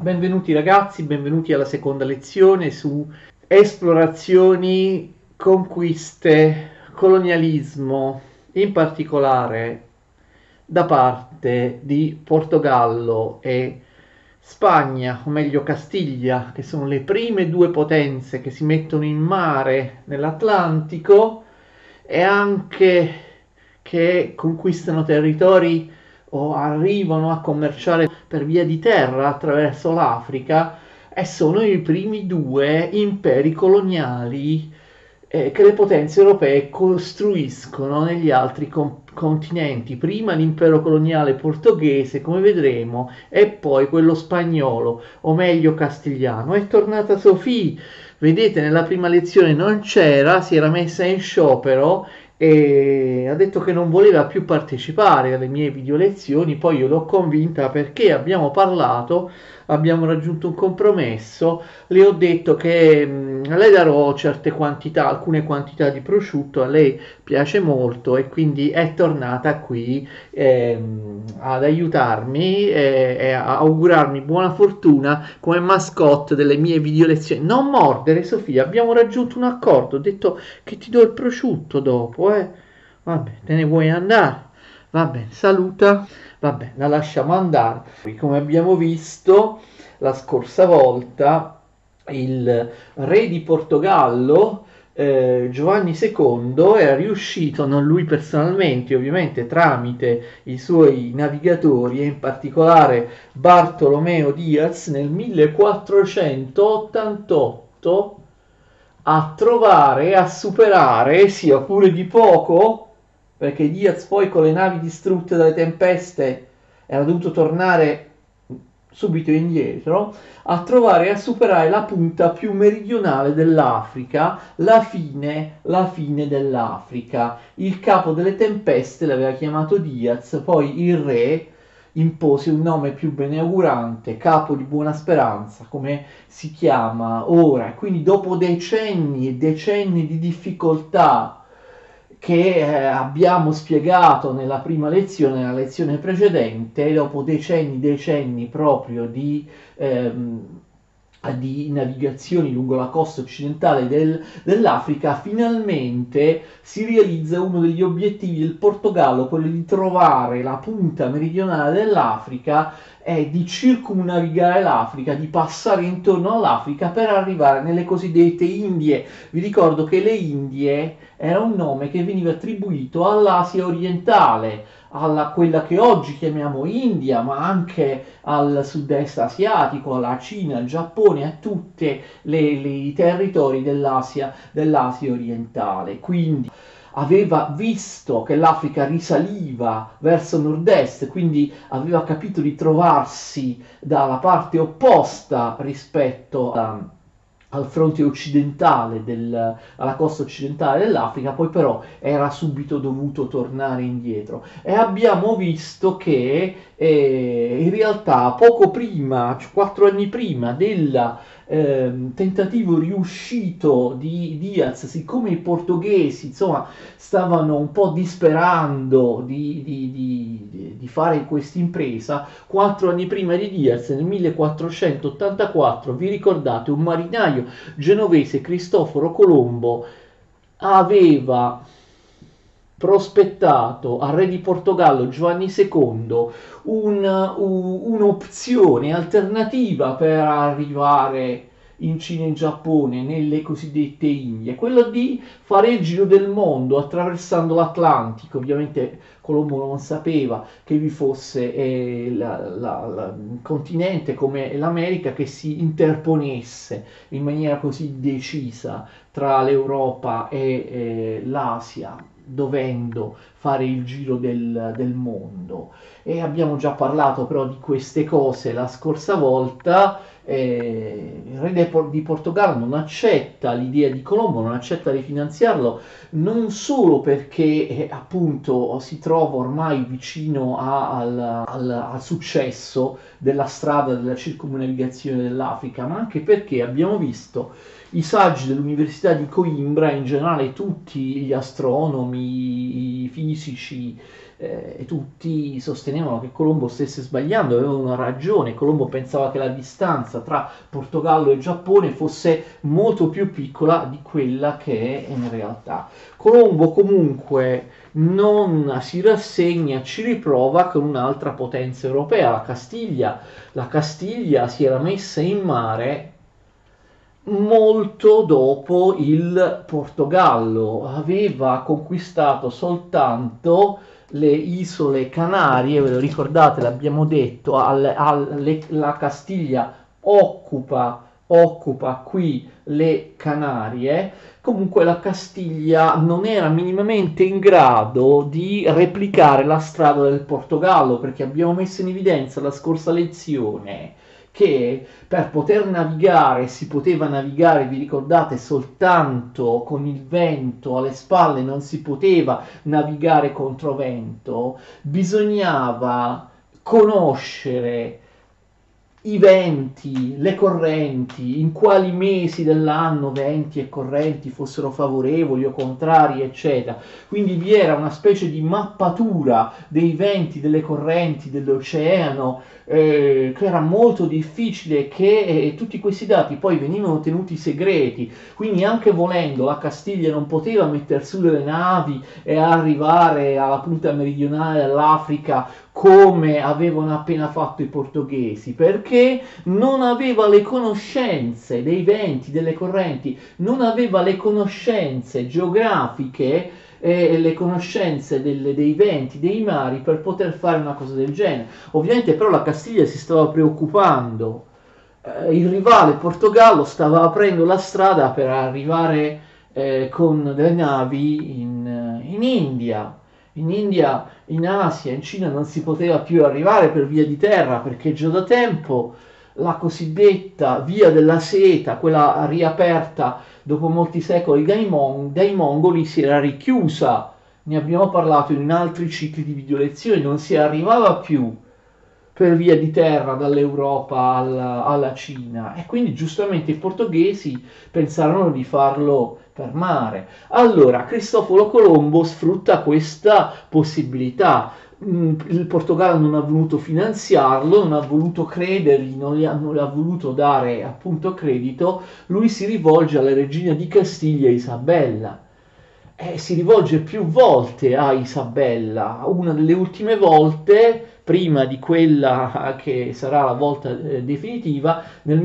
Benvenuti ragazzi, benvenuti alla seconda lezione su esplorazioni, conquiste, colonialismo, in particolare da parte di Portogallo e Spagna, o meglio Castiglia, che sono le prime due potenze che si mettono in mare nell'Atlantico e anche che conquistano territori o arrivano a commerciare per via di terra attraverso l'Africa e sono i primi due imperi coloniali che le potenze europee costruiscono negli altri continenti. Prima l'impero coloniale portoghese, come vedremo, e poi quello spagnolo, o meglio castigliano. È tornata Sophie, vedete nella prima lezione non c'era, si era messa in sciopero e ha detto che non voleva più partecipare alle mie video lezioni. Poi io l'ho convinta perché abbiamo parlato, abbiamo raggiunto un compromesso. Le ho detto che a lei darò certe quantità, alcune quantità di prosciutto, a lei piace molto e quindi è tornata qui ad aiutarmi e a augurarmi buona fortuna come mascotte delle mie video lezioni. Non mordere, Sofia, abbiamo raggiunto un accordo, ho detto che ti do il prosciutto dopo, eh. Vabbè, te ne vuoi andare? Vabbè, saluta. Vabbè, la lasciamo andare. Come abbiamo visto la scorsa volta, il re di Portogallo, Giovanni II, era riuscito, non lui personalmente, ovviamente tramite i suoi navigatori e in particolare Bartolomeo Diaz nel 1488 a trovare, a superare, sia pure di poco, perché Diaz poi con le navi distrutte dalle tempeste era dovuto tornare subito indietro, a trovare e a superare la punta più meridionale dell'Africa, la fine dell'Africa. Il capo delle tempeste l'aveva chiamato Diaz, poi il re impose un nome più beneaugurante, Capo di Buona Speranza, come si chiama ora. Quindi dopo decenni e decenni di difficoltà che abbiamo spiegato nella prima lezione, nella lezione precedente, dopo decenni proprio di navigazioni lungo la costa occidentale dell'Africa, finalmente si realizza uno degli obiettivi del Portogallo, quello di trovare la punta meridionale dell'Africa e di circumnavigare l'Africa, di passare intorno all'Africa per arrivare nelle cosiddette Indie. Vi ricordo che le Indie era un nome che veniva attribuito all'Asia orientale, alla quella che oggi chiamiamo India, ma anche al sud-est asiatico, alla Cina, al Giappone, a tutti i territori dell'Asia orientale. Quindi aveva visto che l'Africa risaliva verso nord-est, quindi aveva capito di trovarsi dalla parte opposta rispetto al fronte occidentale, alla costa occidentale dell'Africa, poi però era subito dovuto tornare indietro. E abbiamo visto che in realtà poco prima, 4 anni prima del tentativo riuscito di Diaz, siccome i portoghesi insomma stavano un po' disperando di fare questa impresa, 4 anni prima di Diaz, nel 1484, vi ricordate, un marinaio genovese, Cristoforo Colombo, aveva prospettato al re di Portogallo Giovanni II un'opzione alternativa per arrivare in Cina e in Giappone, nelle cosiddette Indie, quello di fare il giro del mondo attraversando l'Atlantico. Ovviamente Colombo non sapeva che vi fosse un continente come l'America che si interponesse in maniera così decisa tra l'Europa e l'Asia, dovendo fare il giro del mondo. E abbiamo già parlato però di queste cose la scorsa volta. Il re di Portogallo non accetta l'idea di Colombo, non accetta di finanziarlo, non solo perché appunto si trova ormai vicino al successo della strada della circumnavigazione dell'Africa, ma anche perché abbiamo visto i saggi dell'Università di Coimbra, in generale tutti gli astronomi, i fisici e tutti sostenevano che Colombo stesse sbagliando, avevano ragione. Colombo pensava che la distanza tra Portogallo e Giappone fosse molto più piccola di quella che è in realtà. Colombo comunque non si rassegna, ci riprova con un'altra potenza europea, la Castiglia. La Castiglia si era messa in mare molto dopo il Portogallo, aveva conquistato soltanto le isole Canarie, ve lo ricordate, l'abbiamo detto, la Castiglia occupa qui le Canarie. Comunque la Castiglia non era minimamente in grado di replicare la strada del Portogallo, perché abbiamo messo in evidenza la scorsa lezione che per poter navigare si poteva navigare, vi ricordate, soltanto con il vento alle spalle, non si poteva navigare contro vento, bisognava conoscere i venti, le correnti, in quali mesi dell'anno venti e correnti fossero favorevoli o contrari, eccetera. Quindi vi era una specie di mappatura dei venti, delle correnti, dell'oceano, che era molto difficile, che tutti questi dati poi venivano tenuti segreti, quindi anche volendo la Castiglia non poteva mettere su le navi e arrivare alla punta meridionale dell'Africa come avevano appena fatto i portoghesi, perché non aveva le conoscenze dei venti, delle correnti, non aveva le conoscenze geografiche e le conoscenze dei venti, dei mari per poter fare una cosa del genere. Ovviamente però la Castiglia si stava preoccupando, il rivale Portogallo stava aprendo la strada per arrivare con delle navi in India. In India, in Asia, in Cina non si poteva più arrivare per via di terra perché già da tempo la cosiddetta via della seta, quella riaperta dopo molti secoli dai mongoli, si era richiusa. Ne abbiamo parlato in altri cicli di video lezioni, non si arrivava più per via di terra dall'Europa alla Cina, e quindi giustamente i portoghesi pensarono di farlo per mare. Allora Cristoforo Colombo sfrutta questa possibilità. Il Portogallo non ha voluto finanziarlo, non ha voluto credergli, non le ha voluto dare appunto credito. Lui si rivolge alla regina di Castiglia, Isabella. Si rivolge più volte a Isabella, una delle ultime volte, prima di quella che sarà la volta definitiva, nel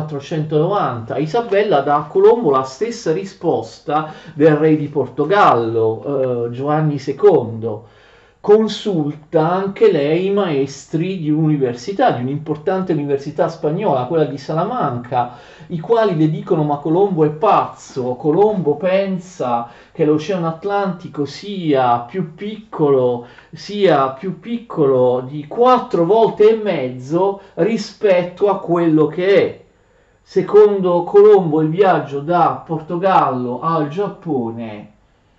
1490. Isabella dà a Colombo la stessa risposta del re di Portogallo, Giovanni II. Consulta anche lei i maestri di un'università, di un'importante università spagnola, quella di Salamanca, i quali le dicono: ma Colombo è pazzo, Colombo pensa che l'Oceano Atlantico sia più piccolo di 4 volte e mezzo rispetto a quello che è. Secondo Colombo il viaggio da Portogallo al Giappone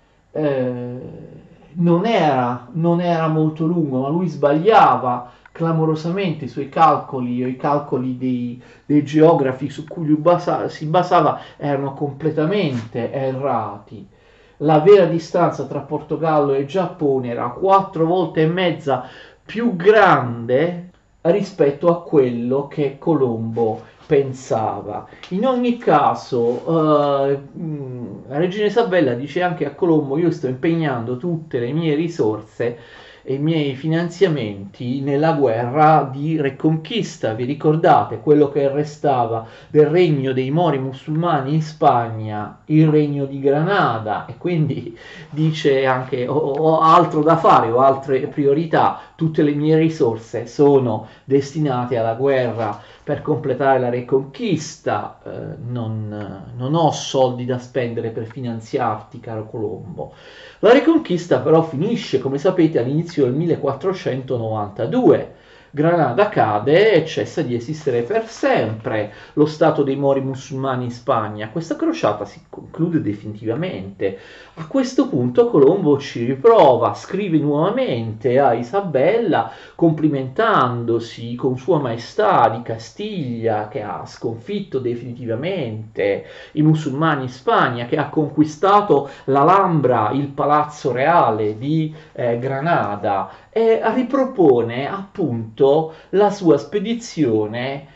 non era molto lungo, ma lui sbagliava clamorosamente i suoi calcoli, o i calcoli dei geografi su cui si basava erano completamente errati. La vera distanza tra Portogallo e Giappone era 4 volte e mezza più grande rispetto a quello che Colombo pensava. In ogni caso, la regina Isabella dice anche a Colombo: io sto impegnando tutte le mie risorse e i miei finanziamenti nella guerra di Reconquista. Vi ricordate quello che restava del regno dei Mori musulmani in Spagna, il regno di Granada, e quindi dice anche: ho altro da fare, ho altre priorità, tutte le mie risorse sono destinate alla guerra per completare la Reconquista, non ho soldi da spendere per finanziarti, caro Colombo. La Reconquista però finisce, come sapete, all'inizio del 1492. Granada cade e cessa di esistere per sempre lo stato dei Mori musulmani in Spagna. Questa crociata si conclude definitivamente. A questo punto Colombo ci riprova, scrive nuovamente a Isabella complimentandosi con Sua Maestà di Castiglia che ha sconfitto definitivamente i musulmani in Spagna, che ha conquistato l'Alhambra, il palazzo reale di Granada, e ripropone appunto la sua spedizione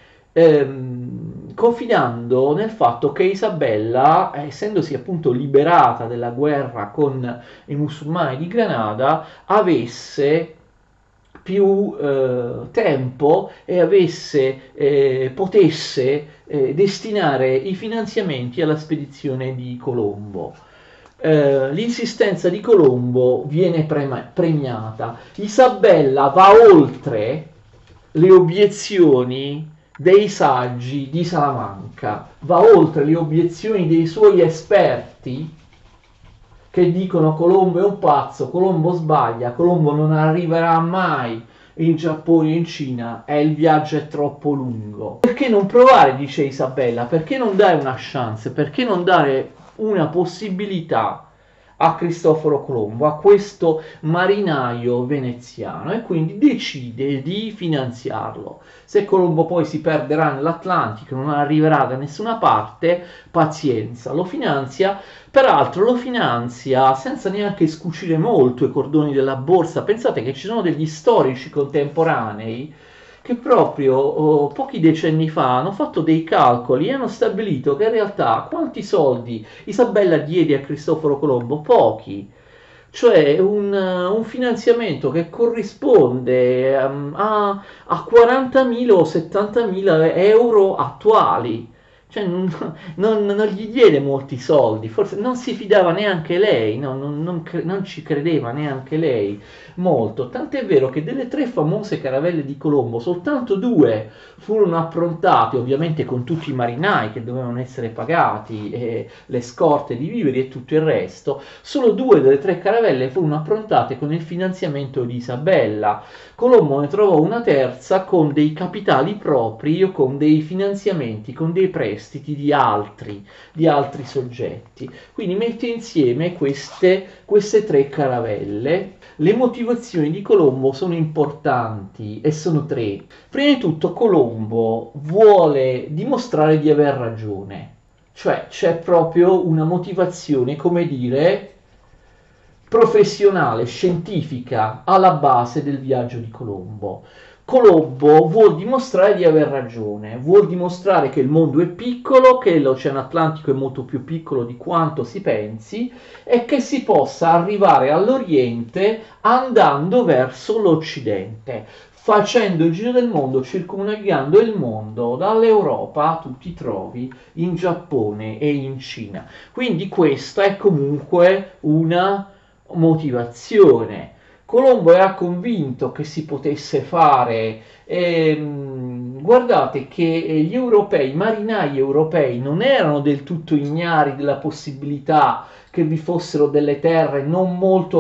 confidando nel fatto che Isabella, essendosi appunto liberata della guerra con i musulmani di Granada, avesse più tempo e potesse destinare i finanziamenti alla spedizione di Colombo. L'insistenza di Colombo viene premiata. Isabella va oltre le obiezioni dei saggi di Salamanca, va oltre le obiezioni dei suoi esperti che dicono Colombo è un pazzo, Colombo sbaglia, Colombo non arriverà mai in Giappone e in Cina, il viaggio è troppo lungo. Perché non provare, dice Isabella, perché non dare una chance, perché non dare una possibilità a Cristoforo Colombo, a questo marinaio veneziano, e quindi decide di finanziarlo. Se Colombo poi si perderà nell'Atlantico, non arriverà da nessuna parte, pazienza, lo finanzia. Peraltro lo finanzia senza neanche scucire molto i cordoni della borsa. Pensate che ci sono degli storici contemporanei che proprio pochi decenni fa hanno fatto dei calcoli e hanno stabilito che in realtà quanti soldi Isabella diede a Cristoforo Colombo? Pochi. Cioè un finanziamento che corrisponde a 40.000 o 70.000 euro attuali. Cioè non gli diede molti soldi, forse non si fidava neanche lei, no, non ci credeva neanche lei molto. Tant'è vero che delle 3 famose caravelle di Colombo, soltanto 2 furono approntate, ovviamente con tutti i marinai che dovevano essere pagati, e le scorte di viveri e tutto il resto. Solo 2 delle 3 caravelle furono approntate con il finanziamento di Isabella. Colombo ne trovò una terza con dei capitali propri o con dei finanziamenti, con dei prestiti di altri soggetti. Quindi mette insieme queste 3 caravelle. Le motivazioni di Colombo sono importanti e sono 3. Prima di tutto Colombo vuole dimostrare di aver ragione, cioè c'è proprio una motivazione, come dire, professionale, scientifica, alla base del viaggio di Colombo. Colombo vuol dimostrare di aver ragione, vuol dimostrare che il mondo è piccolo, che l'Oceano Atlantico è molto più piccolo di quanto si pensi e che si possa arrivare all'Oriente andando verso l'Occidente, facendo il giro del mondo, circumnavigando il mondo, dall'Europa tu ti trovi in Giappone e in Cina. Quindi questa è comunque una motivazione. Colombo era convinto che si potesse fare. Guardate che gli europei, i marinai europei, non erano del tutto ignari della possibilità che vi fossero delle terre non molto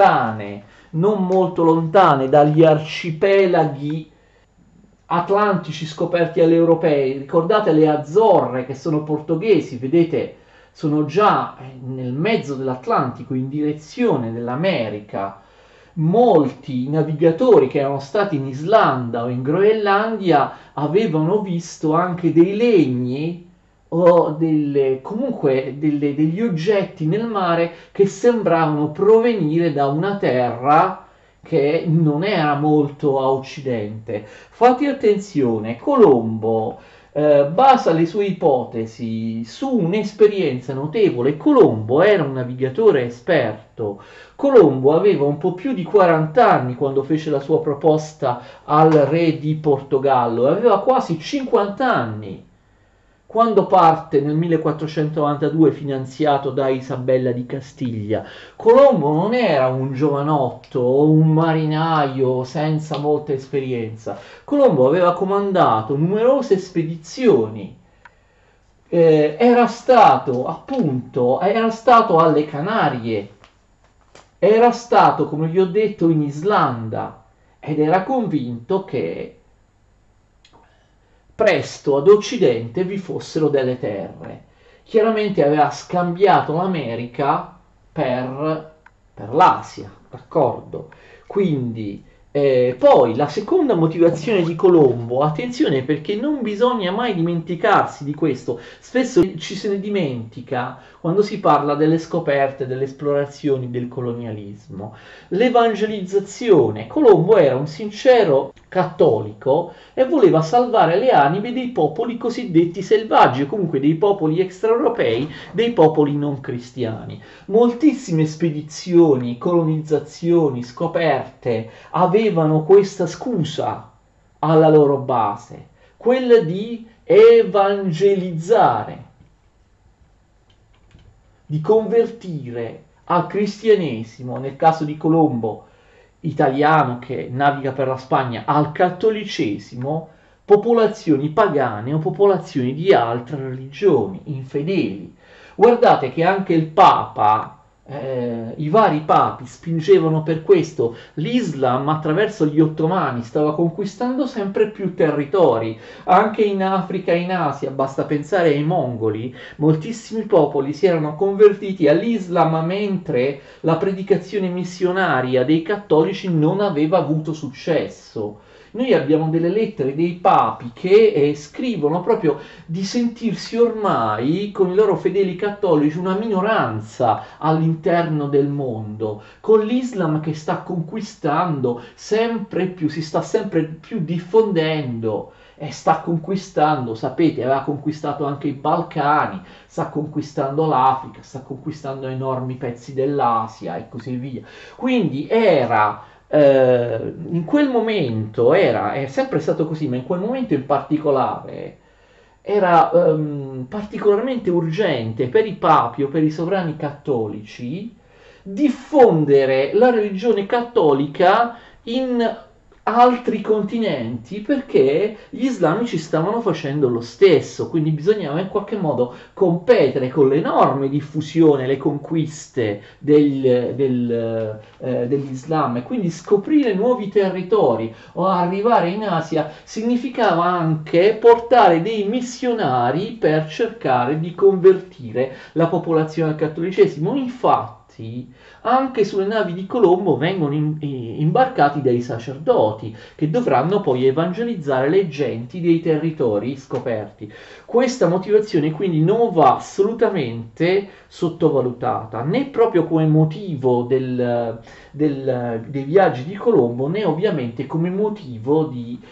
lontane dagli arcipelaghi atlantici scoperti agli europei. Ricordate le Azzorre, che sono portoghesi, vedete, sono già nel mezzo dell'Atlantico in direzione dell'America. Molti navigatori che erano stati in Islanda o in Groenlandia avevano visto anche dei legni o degli oggetti nel mare che sembravano provenire da una terra che non era molto a occidente. Fate attenzione, Colombo basa le sue ipotesi su un'esperienza notevole. Colombo era un navigatore esperto. Colombo aveva un po' più di 40 anni quando fece la sua proposta al re di Portogallo, aveva quasi 50 anni quando parte nel 1492 finanziato da Isabella di Castiglia. Colombo non era un giovanotto o un marinaio senza molta esperienza. Colombo aveva comandato numerose spedizioni. Era stato alle Canarie, era stato, come vi ho detto, in Islanda, ed era convinto che presto ad occidente vi fossero delle terre. Chiaramente aveva scambiato l'America per l'Asia, d'accordo? Quindi, poi la seconda motivazione di Colombo, attenzione perché non bisogna mai dimenticarsi di questo, spesso ci se ne dimentica quando si parla delle scoperte, delle esplorazioni, del colonialismo. L'evangelizzazione. Colombo era un sincero cattolico e voleva salvare le anime dei popoli cosiddetti selvaggi, o comunque dei popoli extraeuropei, dei popoli non cristiani. Moltissime spedizioni, colonizzazioni, scoperte avevano questa scusa alla loro base, quella di evangelizzare, di convertire al cristianesimo, nel caso di Colombo italiano che naviga per la Spagna, al cattolicesimo, popolazioni pagane o popolazioni di altre religioni, infedeli. Guardate che anche il Papa, i vari papi spingevano per questo. L'Islam attraverso gli ottomani stava conquistando sempre più territori, anche in Africa e in Asia, basta pensare ai mongoli. Moltissimi popoli si erano convertiti all'Islam mentre la predicazione missionaria dei cattolici non aveva avuto successo. Noi abbiamo delle lettere dei papi che scrivono proprio di sentirsi ormai con i loro fedeli cattolici una minoranza all'interno del mondo, con l'Islam che sta conquistando sempre più, si sta sempre più diffondendo e sta conquistando, sapete, aveva conquistato anche i Balcani, sta conquistando l'Africa, sta conquistando enormi pezzi dell'Asia e così via. Quindi era in quel momento è sempre stato così, ma in quel momento in particolare era particolarmente urgente per i papi o per i sovrani cattolici diffondere la religione cattolica in altri continenti perché gli islamici stavano facendo lo stesso, quindi bisognava in qualche modo competere con l'enorme diffusione, le conquiste dell'Islam e quindi scoprire nuovi territori o arrivare in Asia significava anche portare dei missionari per cercare di convertire la popolazione al cattolicesimo. Infatti anche sulle navi di Colombo vengono imbarcati dei sacerdoti che dovranno poi evangelizzare le genti dei territori scoperti. Questa motivazione quindi non va assolutamente sottovalutata, né proprio come motivo dei viaggi di Colombo, né ovviamente come motivo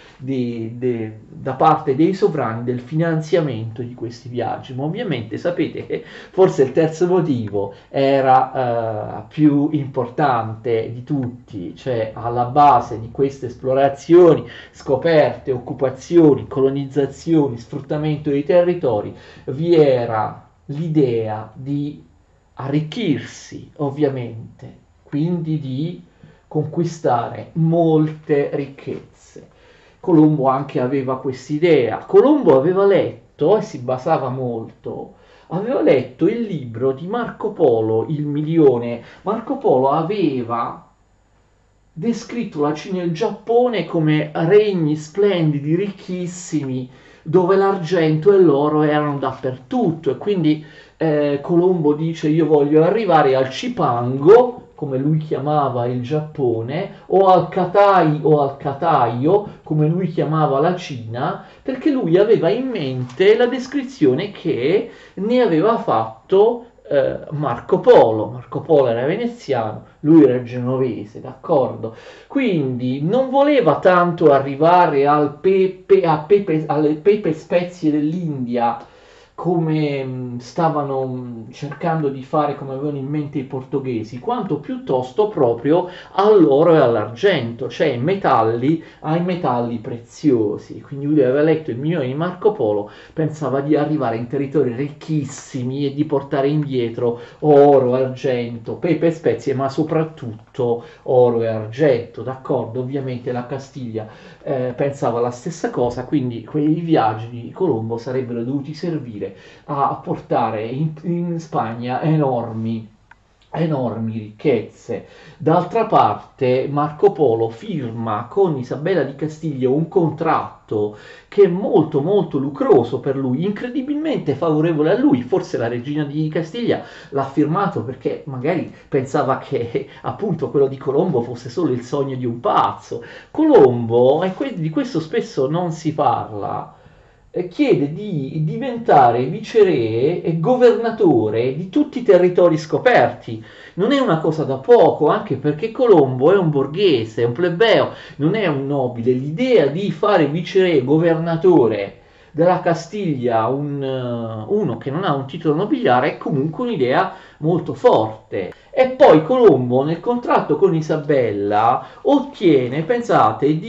da parte dei sovrani del finanziamento di questi viaggi. Ma ovviamente sapete che forse il terzo motivo era più importante di tutti, cioè alla base di queste esplorazioni, scoperte, occupazioni, colonizzazioni, sfruttamento dei territori, vi era l'idea di arricchirsi, ovviamente, quindi di conquistare molte ricchezze. Colombo anche aveva quest'idea. Colombo aveva letto e si basava molto. Aveva letto il libro di Marco Polo, Il Milione. Marco Polo aveva descritto la Cina e il Giappone come regni splendidi, ricchissimi, dove l'argento e l'oro erano dappertutto e quindi Colombo dice io voglio arrivare al Cipango, come lui chiamava il Giappone, o al Katai o al Kataio, come lui chiamava la Cina, perché lui aveva in mente la descrizione che ne aveva fatto Marco Polo. Marco Polo era veneziano, lui era genovese, d'accordo? Quindi non voleva tanto arrivare alle pepe spezie dell'India come stavano cercando di fare, come avevano in mente i portoghesi, quanto piuttosto proprio all'oro e all'argento, cioè ai metalli preziosi. Quindi lui aveva letto Il Milione di Marco Polo, pensava di arrivare in territori ricchissimi e di portare indietro oro, argento, pepe e spezie, ma soprattutto oro e argento, d'accordo? Ovviamente la Castiglia pensava la stessa cosa, quindi quei viaggi di Colombo sarebbero dovuti servire a portare in Spagna enormi enormi ricchezze. D'altra parte Marco Polo firma con Isabella di Castiglia un contratto che è molto molto lucroso per lui, incredibilmente favorevole a lui. Forse la regina di Castiglia l'ha firmato perché magari pensava che appunto quello di Colombo fosse solo il sogno di un pazzo. Colombo, e di questo spesso non si parla, chiede di diventare viceré e governatore di tutti i territori scoperti. Non è una cosa da poco, anche perché Colombo è un borghese, è un plebeo, non è un nobile. L'idea di fare viceré e governatore della Castiglia, uno che non ha un titolo nobiliare, è comunque un'idea molto forte. E poi Colombo nel contratto con Isabella ottiene, pensate,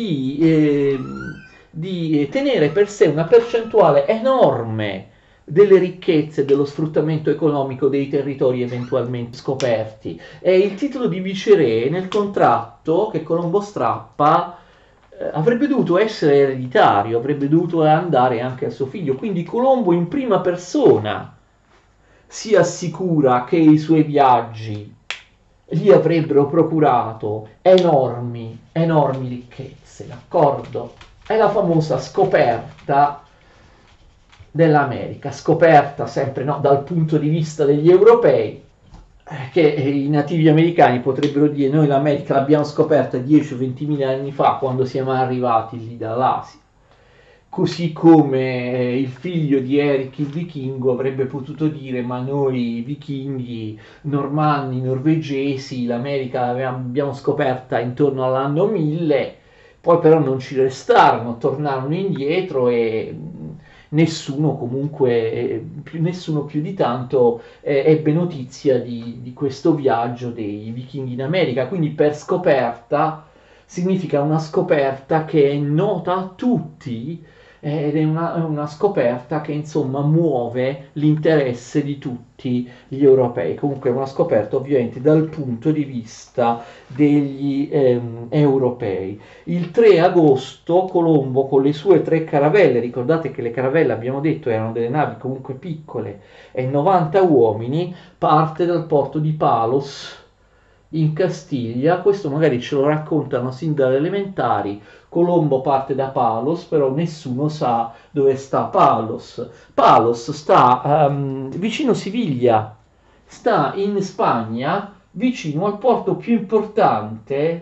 di tenere per sé una percentuale enorme delle ricchezze, dello sfruttamento economico dei territori eventualmente scoperti. E il titolo di viceré nel contratto che Colombo strappa avrebbe dovuto essere ereditario, avrebbe dovuto andare anche a suo figlio. Quindi Colombo in prima persona si assicura che i suoi viaggi gli avrebbero procurato enormi, enormi ricchezze, d'accordo? È la famosa scoperta dell'America, scoperta sempre no, dal punto di vista degli europei, che i nativi americani potrebbero dire noi l'America l'abbiamo scoperta 10-20 mila anni fa quando siamo arrivati lì dall'Asia. Così come il figlio di Eric il vichingo avrebbe potuto dire ma noi vichinghi, normanni, norvegesi, l'America l'abbiamo scoperta intorno all'anno 1000, poi però non ci restarono, tornarono indietro e nessuno comunque, nessuno più di tanto ebbe notizia di questo viaggio dei vichinghi in America, quindi per scoperta significa una scoperta che è nota a tutti ed è una scoperta che insomma muove l'interesse di tutti gli europei. Comunque è una scoperta ovviamente dal punto di vista degli europei. Il 3 agosto Colombo con le sue 3 caravelle, ricordate che le caravelle abbiamo detto erano delle navi comunque piccole e 90 uomini, parte dal porto di Palos in Castiglia. Questo magari ce lo raccontano sin dalle elementari. Colombo parte da Palos, però nessuno sa dove sta Palos. Palos sta vicino Siviglia, sta in Spagna, vicino al porto più importante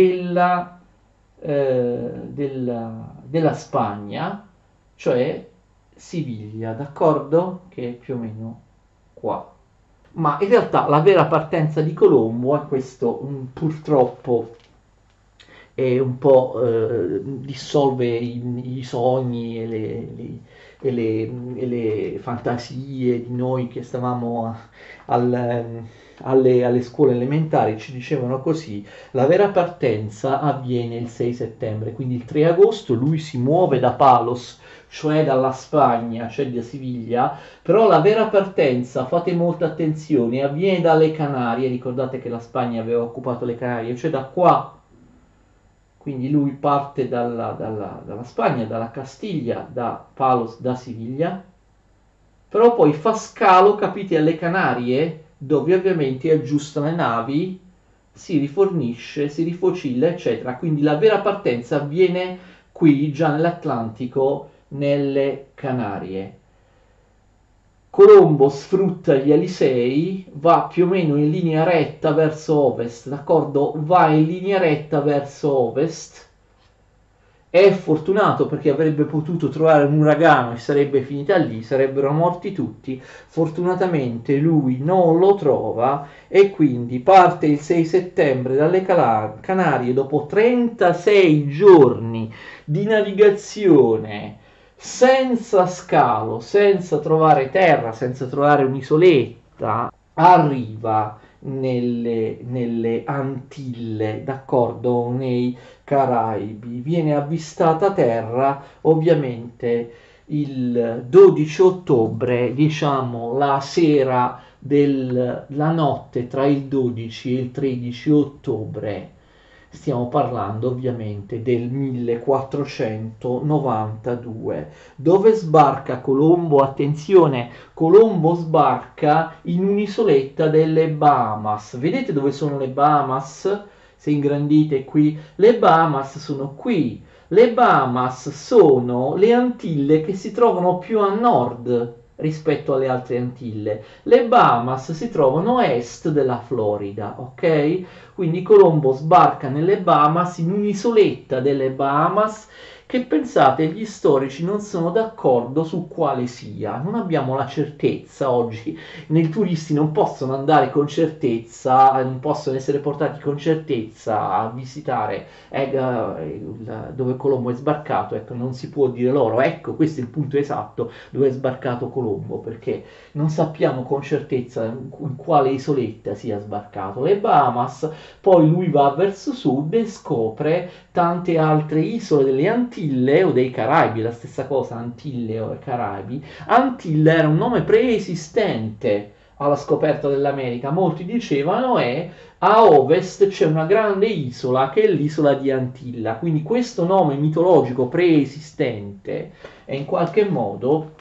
della Spagna, cioè Siviglia, d'accordo? Che è più o meno qua. Ma in realtà la vera partenza di Colombo è questo, purtroppo è un po' dissolve i sogni e le fantasie di noi che stavamo alle scuole elementari, ci dicevano così. La vera partenza avviene il 6 settembre, quindi il 3 agosto lui si muove da Palos, cioè dalla Spagna, cioè da Siviglia, però la vera partenza, fate molta attenzione, avviene dalle Canarie. Ricordate che la Spagna aveva occupato le Canarie, cioè da qua. Quindi lui parte dalla Spagna, dalla Castiglia, da Palos, da Siviglia, però poi fa scalo, capite, alle Canarie, dove ovviamente aggiusta le navi, si rifornisce, si rifocilla, eccetera. Quindi la vera partenza avviene qui, già nell'Atlantico, nelle Canarie. Colombo sfrutta gli Alisei, va più o meno in linea retta verso ovest, d'accordo? Va in linea retta verso ovest. È fortunato perché avrebbe potuto trovare un uragano e sarebbe finita lì, sarebbero morti tutti. Fortunatamente lui non lo trova e quindi parte il 6 settembre dalle Canarie dopo 36 giorni di navigazione senza scalo, senza trovare terra, senza trovare un'isoletta, arriva nelle Antille, d'accordo, nei Caraibi, viene avvistata a terra ovviamente il 12 ottobre, diciamo la sera la notte tra il 12 e il 13 ottobre Stiamo parlando ovviamente del 1492, dove sbarca Colombo. Attenzione, Colombo sbarca in un'isoletta delle Bahamas. Vedete dove sono le Bahamas? Se ingrandite qui, le Bahamas sono qui. Le Bahamas sono le Antille che si trovano più a nord rispetto alle altre Antille. Le Bahamas si trovano a est della Florida, ok? Quindi Colombo sbarca nelle Bahamas, in un'isoletta delle Bahamas, che pensate gli storici non sono d'accordo su quale sia. Non abbiamo la certezza oggi. I turisti non possono andare con certezza, non possono essere portati con certezza a visitare dove Colombo è sbarcato. Ecco, non si può dire loro, ecco, questo è il punto esatto dove è sbarcato Colombo, perché non sappiamo con certezza in quale isoletta sia sbarcato. Le Bahamas. Poi lui va verso sud e scopre tante altre isole delle Antille o dei Caraibi, la stessa cosa, Antille o Caraibi. Antille era un nome preesistente alla scoperta dell'America, molti dicevano a ovest c'è una grande isola che è l'isola di Antilla, quindi questo nome mitologico preesistente è in qualche modo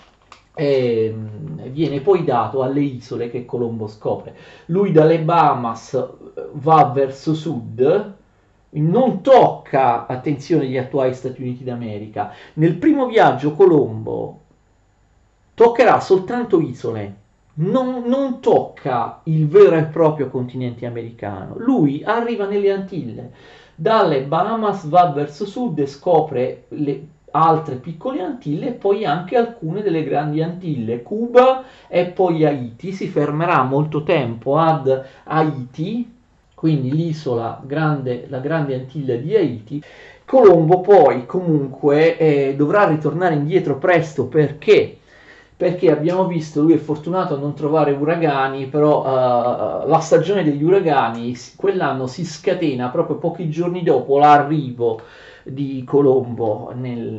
viene poi dato alle isole che Colombo scopre. Lui dalle Bahamas va verso sud, non tocca, attenzione, gli attuali Stati Uniti d'America. Nel primo viaggio Colombo toccherà soltanto isole, non tocca il vero e proprio continente americano. Lui arriva nelle Antille, dalle Bahamas va verso sud e scopre le altre piccole Antille e poi anche alcune delle grandi Antille, Cuba e poi Haiti. Si fermerà molto tempo ad Haiti, quindi l'isola grande, la grande Antilla di Haiti. Colombo poi comunque dovrà ritornare indietro presto perché abbiamo visto, lui è fortunato a non trovare uragani, però la stagione degli uragani quell'anno si scatena proprio pochi giorni dopo l'arrivo di Colombo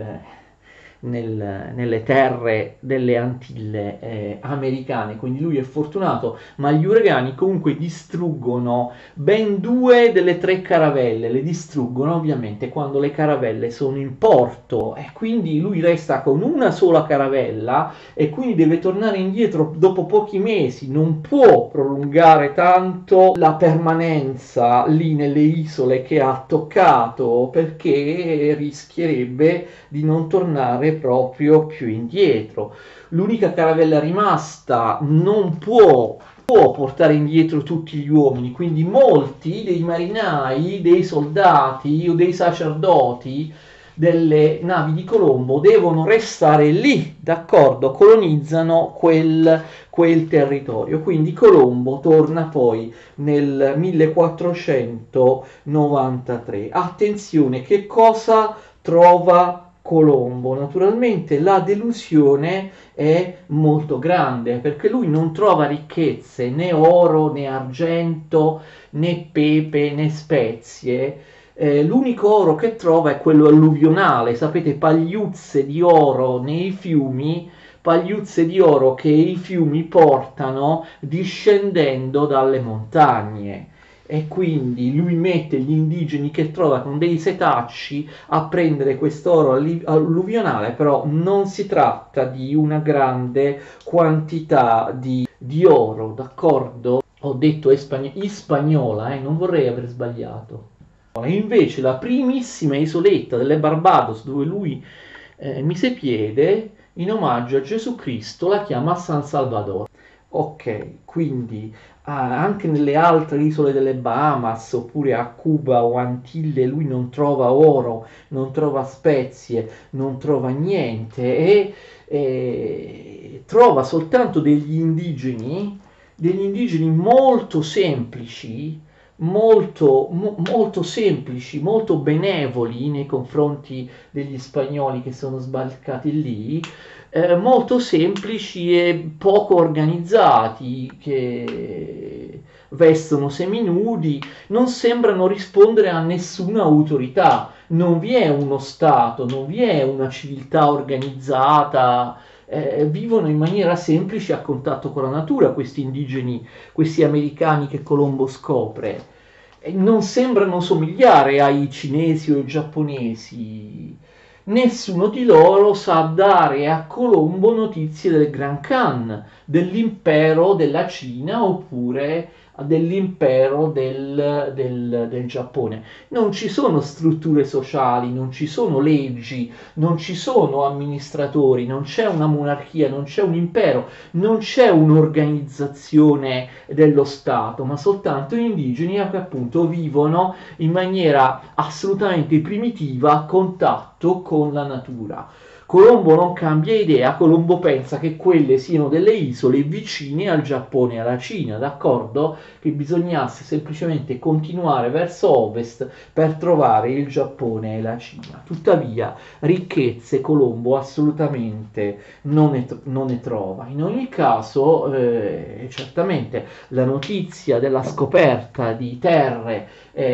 nelle terre delle Antille americane, quindi lui è fortunato, ma gli uragani comunque distruggono ben 2 delle 3 caravelle, le distruggono ovviamente quando le caravelle sono in porto e quindi lui resta con una sola caravella e quindi deve tornare indietro dopo pochi mesi, non può prolungare tanto la permanenza lì nelle isole che ha toccato perché rischierebbe di non tornare proprio più indietro. L'unica caravella rimasta non può portare indietro tutti gli uomini, quindi molti dei marinai, dei soldati o dei sacerdoti delle navi di Colombo devono restare lì, d'accordo, colonizzano quel territorio. Quindi Colombo torna poi nel 1493. Attenzione, che cosa trova Colombo? Naturalmente la delusione è molto grande perché lui non trova ricchezze, né oro né argento né pepe né spezie. L'unico oro che trova è quello alluvionale, sapete, pagliuzze di oro nei fiumi, pagliuzze di oro che i fiumi portano discendendo dalle montagne. E quindi lui mette gli indigeni che trova con dei setacci a prendere quest'oro alluvionale, però non si tratta di una grande quantità di oro, d'accordo? Ho detto ispagnola, non vorrei aver sbagliato. Invece la primissima isoletta delle Barbados dove lui mise piede in omaggio a Gesù Cristo la chiama San Salvador. Ok, quindi anche nelle altre isole delle Bahamas oppure a Cuba o Antille lui non trova oro, non trova spezie, non trova niente e trova soltanto degli indigeni molto semplici, molto semplici, molto benevoli nei confronti degli spagnoli che sono sbarcati lì, molto semplici e poco organizzati, che vestono seminudi, non sembrano rispondere a nessuna autorità, non vi è uno Stato, non vi è una civiltà organizzata, vivono in maniera semplice a contatto con la natura questi indigeni, questi americani che Colombo scopre. non sembrano somigliare ai cinesi o ai giapponesi. Nessuno di loro sa dare a Colombo notizie del Gran Khan, dell'impero della Cina oppure dell'impero del Giappone. Non ci sono strutture sociali, non ci sono leggi, non ci sono amministratori, non c'è una monarchia, non c'è un impero, non c'è un'organizzazione dello Stato, ma soltanto indigeni che appunto vivono in maniera assolutamente primitiva a contatto con la natura. Colombo non cambia idea, Colombo pensa che quelle siano delle isole vicine al Giappone e alla Cina, d'accordo? Che bisognasse semplicemente continuare verso ovest per trovare il Giappone e la Cina. Tuttavia, ricchezze Colombo assolutamente non ne trova. In ogni caso, certamente la notizia della scoperta di terre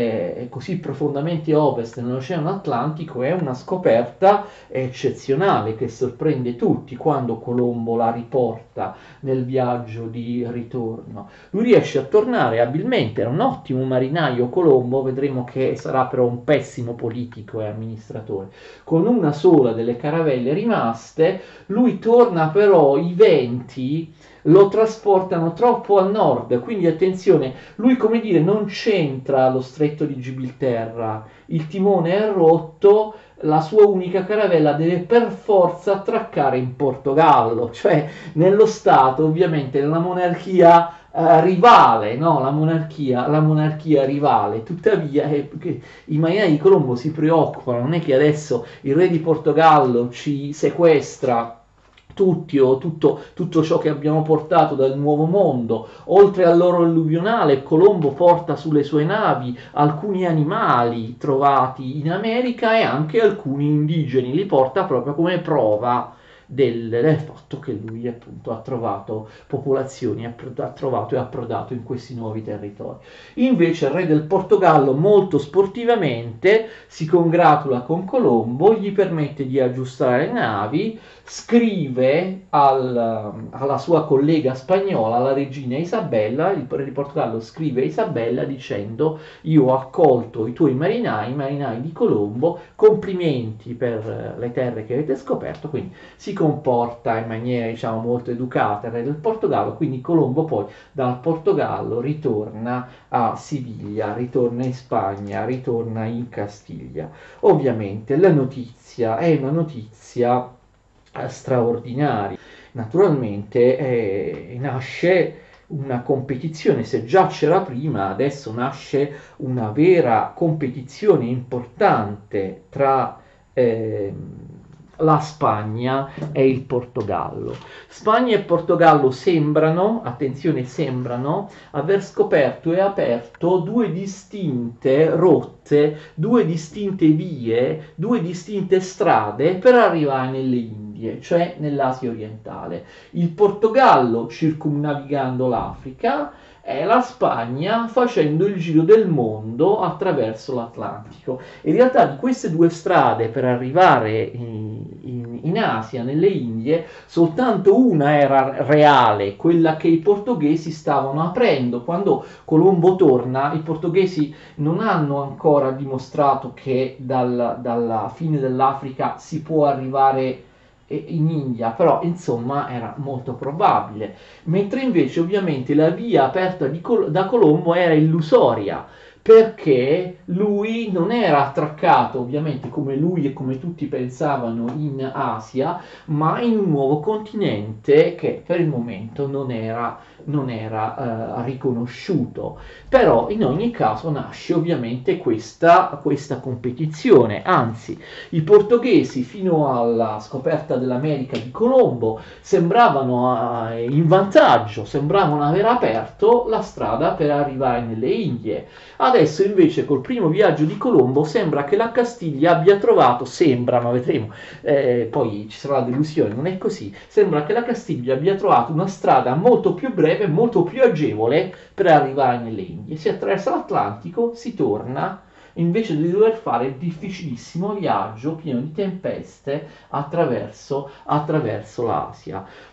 così profondamente a ovest nell'Oceano Atlantico è una scoperta eccezionale che sorprende tutti quando Colombo la riporta nel viaggio di ritorno. Lui riesce a tornare abilmente, era un ottimo marinaio Colombo, vedremo che sarà però un pessimo politico e amministratore. Con una sola delle caravelle rimaste, lui torna però i venti lo trasportano troppo a nord, quindi attenzione, lui come dire non c'entra lo stretto di Gibilterra, il timone è rotto, la sua unica caravella deve per forza attraccare in Portogallo, cioè nello Stato ovviamente nella monarchia rivale, no? La monarchia rivale, tuttavia i marinai di Colombo si preoccupano, non è che adesso il re di Portogallo ci sequestra tutti o tutto ciò che abbiamo portato dal Nuovo Mondo, oltre all'oro alluvionale, Colombo porta sulle sue navi alcuni animali trovati in America e anche alcuni indigeni, li porta proprio come prova del fatto che lui appunto ha trovato popolazioni, ha trovato e approdato in questi nuovi territori. Invece il re del Portogallo molto sportivamente si congratula con Colombo, gli permette di aggiustare le navi, scrive alla sua collega spagnola, la regina Isabella, il re di Portogallo scrive a Isabella dicendo: io ho accolto i tuoi marinai, i marinai di Colombo, complimenti per le terre che avete scoperto, quindi si comporta in maniera diciamo molto educata il re del Portogallo, quindi Colombo poi dal Portogallo ritorna a Siviglia, ritorna in Spagna, ritorna in Castiglia. Ovviamente la notizia è una notizia straordinaria. Naturalmente nasce una competizione, se già c'era prima, adesso nasce una vera competizione importante tra la Spagna e il Portogallo. Spagna e Portogallo sembrano, attenzione, sembrano aver scoperto e aperto due distinte rotte, due distinte vie, due distinte strade per arrivare nelle Indie, cioè nell'Asia orientale. Il Portogallo circumnavigando l'Africa e la Spagna facendo il giro del mondo attraverso l'Atlantico. In realtà di queste due strade per arrivare in Asia, nelle Indie, soltanto una era reale, quella che i portoghesi stavano aprendo. Quando Colombo torna, i portoghesi non hanno ancora dimostrato che dalla fine dell'Africa si può arrivare in India, però insomma era molto probabile, mentre invece ovviamente la via aperta da Colombo era illusoria, perché lui non era attraccato ovviamente come lui e come tutti pensavano in Asia, ma in un nuovo continente che per il momento non era riconosciuto. Però in ogni caso nasce ovviamente questa competizione, anzi i portoghesi fino alla scoperta dell'America di Colombo sembravano in vantaggio, sembravano aver aperto la strada per arrivare nelle Indie. Adesso invece col primo viaggio di Colombo sembra che la Castiglia abbia trovato, sembra, ma vedremo, poi ci sarà la delusione, non è così, sembra che la Castiglia abbia trovato una strada molto più breve, molto più agevole per arrivare nelle Indie. Si attraversa l'Atlantico, si torna, invece di dover fare il difficilissimo viaggio pieno di tempeste attraverso l'Asia.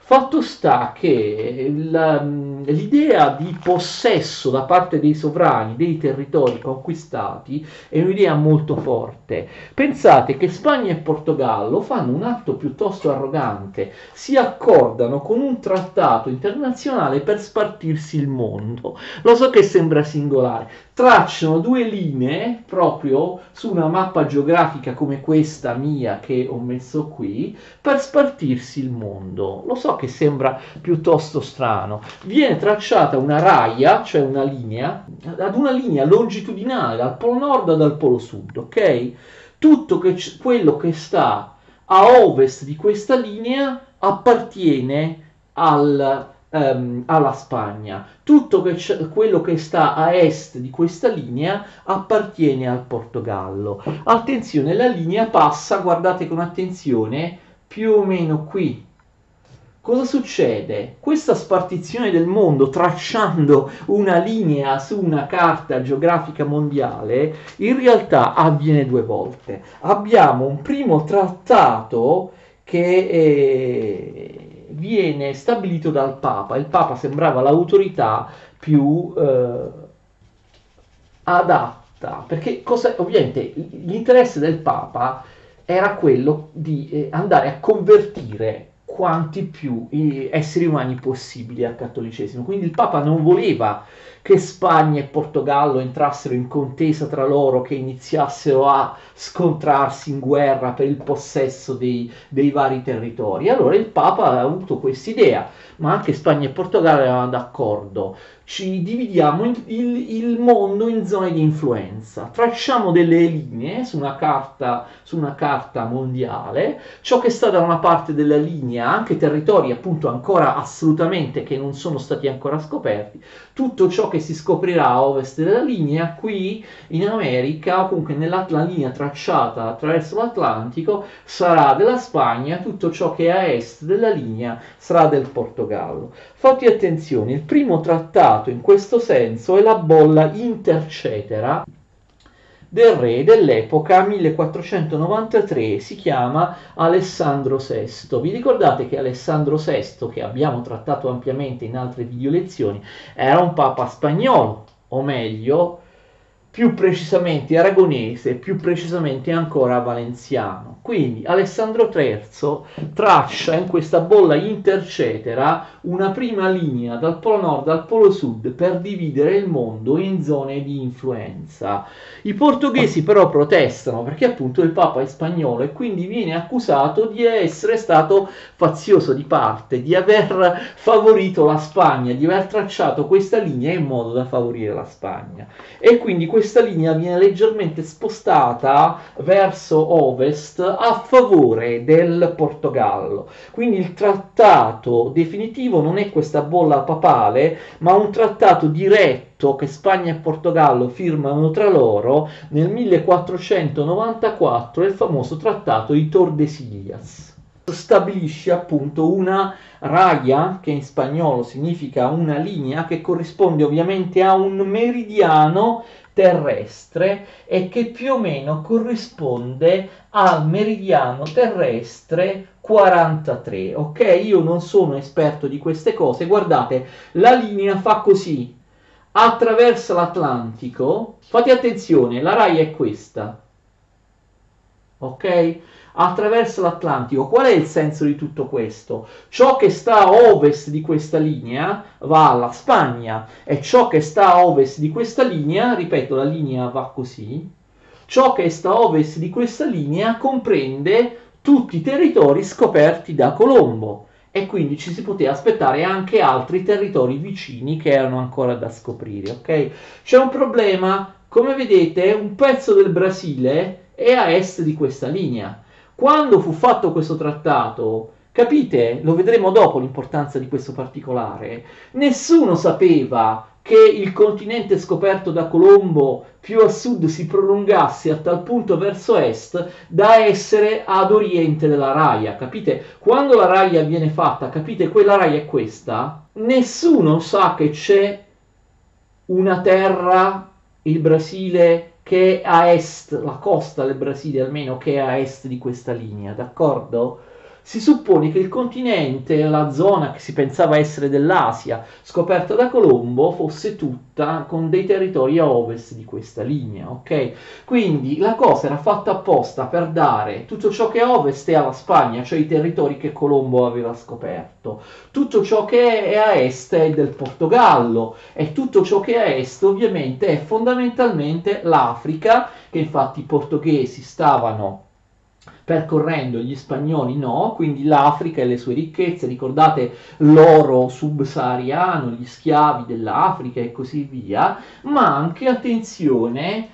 Fatto sta che l'idea di possesso da parte dei sovrani dei territori conquistati è un'idea molto forte. Pensate che Spagna e Portogallo fanno un atto piuttosto arrogante, si accordano con un trattato internazionale per spartirsi il mondo. Lo so che sembra singolare, tracciano due linee proprio su una mappa geografica come questa mia che ho messo qui per spartirsi il mondo. Lo so che sembra piuttosto strano. Viene tracciata una raia, cioè una linea, ad una linea longitudinale dal polo nord al polo sud, ok? Tutto quello che sta a ovest di questa linea appartiene alla Spagna. Tutto quello che sta a est di questa linea appartiene al Portogallo. Attenzione, la linea passa, guardate con attenzione, più o meno qui. Cosa succede? Questa spartizione del mondo, tracciando una linea su una carta geografica mondiale, in realtà avviene due volte. Abbiamo un primo trattato che viene stabilito dal Papa. Il Papa sembrava l'autorità più adatta, perché ovviamente l'interesse del Papa era quello di andare a convertire quanti più esseri umani possibili al cattolicesimo. Quindi il Papa non voleva che Spagna e Portogallo entrassero in contesa tra loro, che iniziassero a scontrarsi in guerra per il possesso dei vari territori. Allora il Papa ha avuto quest'idea, ma anche Spagna e Portogallo erano d'accordo. Ci dividiamo il mondo in zone di influenza, tracciamo delle linee su una carta mondiale, ciò che sta da una parte della linea, anche territori appunto ancora assolutamente che non sono stati ancora scoperti, tutto ciò che si scoprirà a ovest della linea, qui in America o comunque nella linea tracciata attraverso l'Atlantico, sarà della Spagna, tutto ciò che è a est della linea sarà del Portogallo. Fatti attenzione, il primo trattato in questo senso è la bolla intercetera del re dell'epoca 1493, si chiama Alessandro VI. Vi ricordate che Alessandro VI, che abbiamo trattato ampiamente in altre video lezioni, era un papa spagnolo, o meglio, più precisamente aragonese, più precisamente ancora valenziano. Quindi Alessandro III traccia in questa bolla intercetera una prima linea dal polo nord al polo sud per dividere il mondo in zone di influenza. I portoghesi però protestano perché appunto il Papa è spagnolo e quindi viene accusato di essere stato fazioso di parte, di aver favorito la Spagna, di aver tracciato questa linea in modo da favorire la Spagna. E quindi questa linea viene leggermente spostata verso ovest a favore del Portogallo. Quindi il trattato definitivo non è questa bolla papale, ma un trattato diretto che Spagna e Portogallo firmano tra loro nel 1494, il famoso trattato di Tordesillas. Stabilisce appunto una raya, che in spagnolo significa una linea, che corrisponde ovviamente a un meridiano terrestre e che più o meno corrisponde al meridiano terrestre 43. Ok, io non sono esperto di queste cose. Guardate, la linea fa così, attraversa l'Atlantico. Fate attenzione, la raya è questa, ok? Attraverso l'Atlantico. Qual è il senso di tutto questo? Ciò che sta a ovest di questa linea va alla Spagna e ciò che sta a ovest di questa linea, ripeto, la linea va così, ciò che sta a ovest di questa linea comprende tutti i territori scoperti da Colombo e quindi ci si poteva aspettare anche altri territori vicini che erano ancora da scoprire, ok? C'è un problema, come vedete, un pezzo del Brasile è a est di questa linea. Quando fu fatto questo trattato, capite, lo vedremo dopo l'importanza di questo particolare, nessuno sapeva che il continente scoperto da Colombo più a sud si prolungasse a tal punto verso est da essere ad oriente della Raia, capite? Quando la Raia viene fatta, capite, quella Raia è questa, nessuno sa che c'è una terra, il Brasile, che è a est, la costa del Brasile almeno, che è a est di questa linea, d'accordo? si suppone che il continente, la zona che si pensava essere dell'Asia, scoperta da Colombo, fosse tutta con dei territori a ovest di questa linea, ok? Quindi la cosa era fatta apposta per dare tutto ciò che è a ovest è alla Spagna, cioè i territori che Colombo aveva scoperto. Tutto ciò che è a est è del Portogallo e tutto ciò che è a est ovviamente è fondamentalmente l'Africa, che infatti i portoghesi stavano percorrendo, gli spagnoli no, quindi l'Africa e le sue ricchezze, ricordate l'oro subsahariano, gli schiavi dell'Africa e così via, ma anche, attenzione,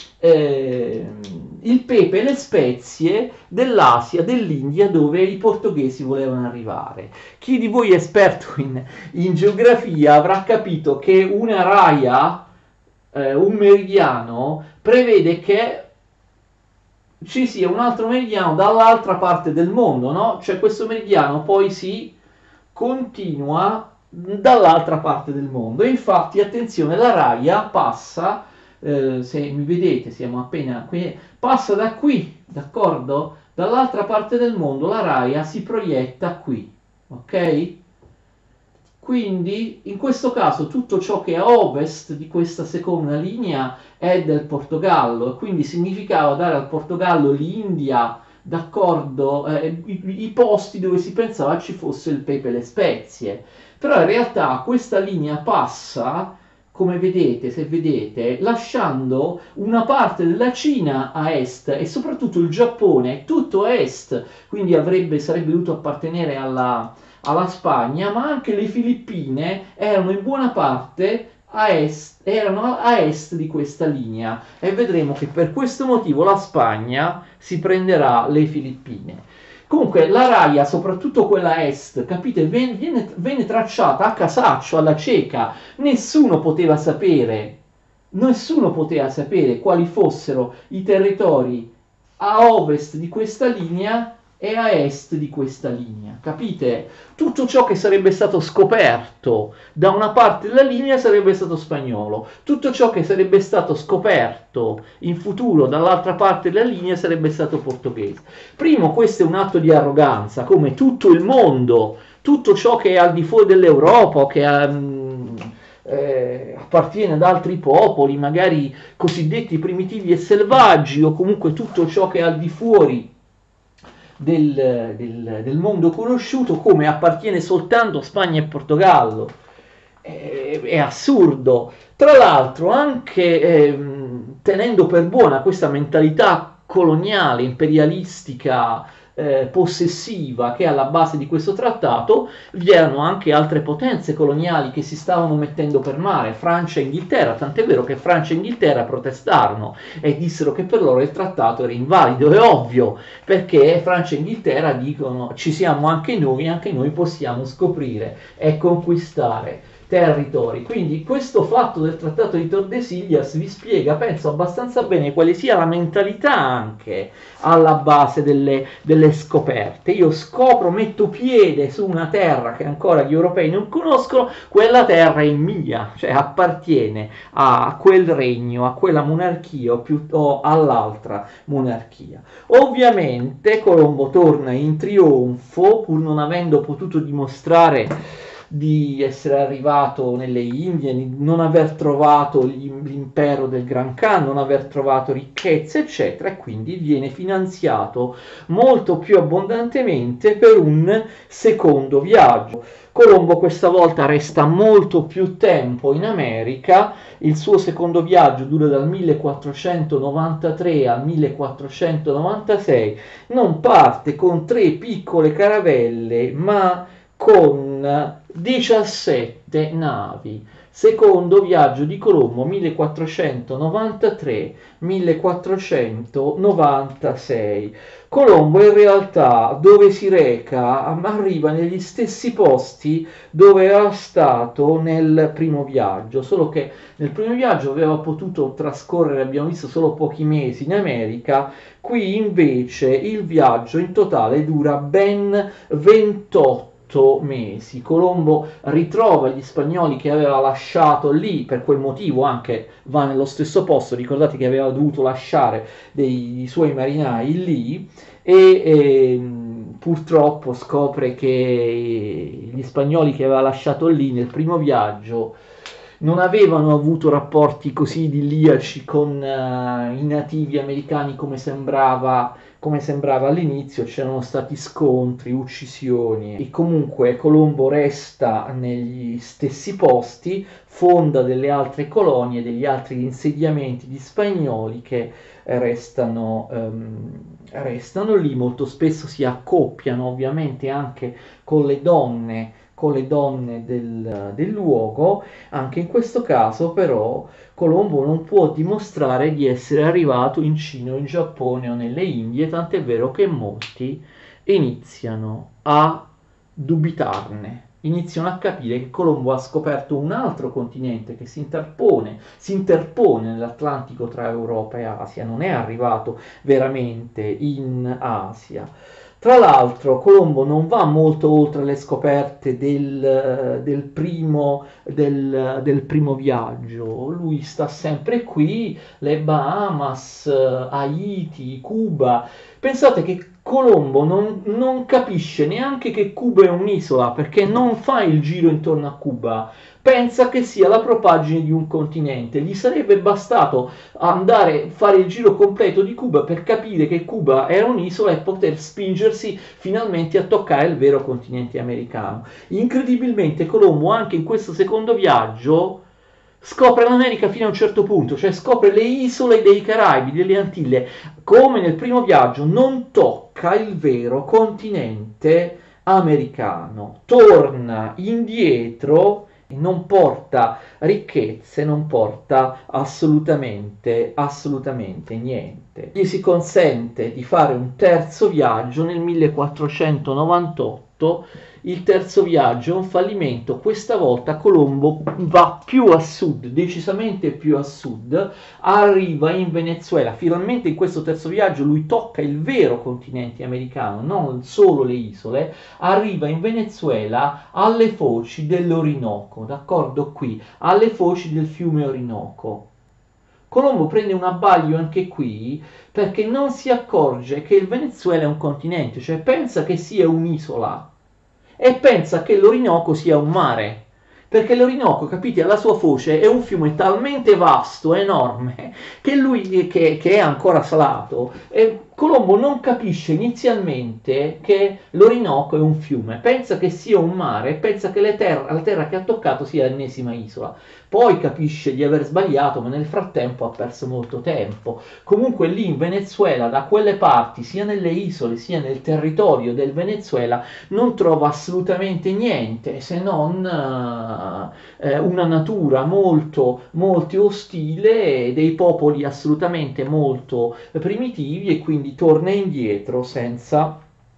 il pepe e le spezie dell'Asia, dell'India, dove i portoghesi volevano arrivare. Chi di voi è esperto in geografia avrà capito che una raia, un meridiano, prevede che ci sia un altro meridiano dall'altra parte del mondo, no? Cioè questo meridiano poi si continua dall'altra parte del mondo. E infatti, attenzione, la raia passa, se mi vedete, siamo appena qui, passa da qui, d'accordo? Dall'altra parte del mondo la raia si proietta qui, ok? Quindi in questo caso tutto ciò che è a ovest di questa seconda linea è del Portogallo e quindi significava dare al Portogallo l'India, d'accordo, i posti dove si pensava ci fosse il pepe e le spezie. Però in realtà questa linea passa, come vedete, se vedete, lasciando una parte della Cina a est e soprattutto il Giappone tutto a est, quindi sarebbe dovuto appartenere alla Spagna, ma anche le Filippine erano in buona parte erano a est di questa linea e vedremo che per questo motivo la Spagna si prenderà le Filippine. Comunque la raia, soprattutto quella est, capite, venne tracciata a casaccio, alla cieca, nessuno poteva sapere quali fossero i territori a ovest di questa linea e a est di questa linea, capite? Tutto ciò che sarebbe stato scoperto da una parte della linea sarebbe stato spagnolo, tutto ciò che sarebbe stato scoperto in futuro dall'altra parte della linea sarebbe stato portoghese. Primo, questo è un atto di arroganza, come tutto il mondo, tutto ciò che è al di fuori dell'Europa, che appartiene ad altri popoli, magari cosiddetti primitivi e selvaggi, o comunque tutto ciò che è al di fuori del mondo conosciuto, come appartiene soltanto a Spagna e Portogallo. È assurdo. Tra l'altro, anche tenendo per buona questa mentalità coloniale, imperialistica, possessiva che è alla base di questo trattato, vi erano anche altre potenze coloniali che si stavano mettendo per mare, Francia e Inghilterra, tant'è vero che Francia e Inghilterra protestarono e dissero che per loro il trattato era invalido. È ovvio, perché Francia e Inghilterra dicono ci siamo anche noi possiamo scoprire e conquistare territori. Quindi questo fatto del trattato di Tordesillas vi spiega, penso, abbastanza bene quale sia la mentalità anche alla base delle scoperte. Io scopro, metto piede su una terra che ancora gli europei non conoscono, quella terra è mia, cioè appartiene a quel regno, a quella monarchia o all'altra monarchia. Ovviamente Colombo torna in trionfo, pur non avendo potuto dimostrare di essere arrivato nelle Indie, di non aver trovato l'impero del Gran Khan, non aver trovato ricchezze, eccetera, e quindi viene finanziato molto più abbondantemente per un secondo viaggio. Colombo questa volta resta molto più tempo in America, il suo secondo viaggio dura dal 1493 al 1496, non parte con 3 piccole caravelle, ma con 17 navi. Secondo viaggio di Colombo 1493-1496. Colombo in realtà dove si reca arriva negli stessi posti dove era stato nel primo viaggio, solo che nel primo viaggio aveva potuto trascorrere, abbiamo visto, solo pochi mesi in America. Qui invece il viaggio in totale dura ben 28 mesi. Colombo ritrova gli spagnoli che aveva lasciato lì, per quel motivo anche va nello stesso posto, ricordate che aveva dovuto lasciare dei suoi marinai lì, e purtroppo scopre che gli spagnoli che aveva lasciato lì nel primo viaggio non avevano avuto rapporti così idilliaci con i nativi americani come sembrava all'inizio. C'erano stati scontri, uccisioni, e comunque Colombo resta negli stessi posti, fonda delle altre colonie, degli altri insediamenti di spagnoli che restano lì. Molto spesso si accoppiano ovviamente anche con le donne del luogo. Anche in questo caso però Colombo non può dimostrare di essere arrivato in Cina o in Giappone o nelle Indie, tant'è vero che molti iniziano a dubitarne, iniziano a capire che Colombo ha scoperto un altro continente che si interpone nell'Atlantico tra Europa e Asia, non è arrivato veramente in Asia. Tra l'altro Colombo non va molto oltre le scoperte del primo viaggio, lui sta sempre qui, le Bahamas, Haiti, Cuba. Pensate che Colombo non capisce neanche che Cuba è un'isola, perché non fa il giro intorno a Cuba, pensa che sia la propaggine di un continente. Gli sarebbe bastato andare a fare il giro completo di Cuba per capire che Cuba era un'isola e poter spingersi finalmente a toccare il vero continente americano. Incredibilmente Colombo anche in questo secondo viaggio scopre l'America fino a un certo punto, cioè scopre le isole dei Caraibi, delle Antille. Come nel primo viaggio non tocca il vero continente americano, torna indietro e non porta ricchezze, non porta assolutamente niente. Gli si consente di fare un terzo viaggio nel 1498. Il terzo viaggio è un fallimento. Questa volta Colombo va più a sud, decisamente più a sud, arriva in Venezuela. Finalmente in questo terzo viaggio lui tocca il vero continente americano, non solo le isole. Arriva in Venezuela alle foci dell'Orinoco, d'accordo, qui, alle foci del fiume Orinoco. Colombo prende un abbaglio anche qui perché non si accorge che il Venezuela è un continente, cioè pensa che sia un'isola e pensa che l'Orinoco sia un mare, perché l'Orinoco, capite, alla sua foce è un fiume talmente vasto, enorme, che lui che è ancora salato, e Colombo non capisce inizialmente che l'Orinoco è un fiume, pensa che sia un mare, pensa che la terra che ha toccato sia l'ennesima isola. Poi capisce di aver sbagliato, ma nel frattempo ha perso molto tempo. Comunque lì in Venezuela, da quelle parti, sia nelle isole sia nel territorio del Venezuela, non trova assolutamente niente se non una natura molto ostile e dei popoli assolutamente molto primitivi, e quindi torna indietro senza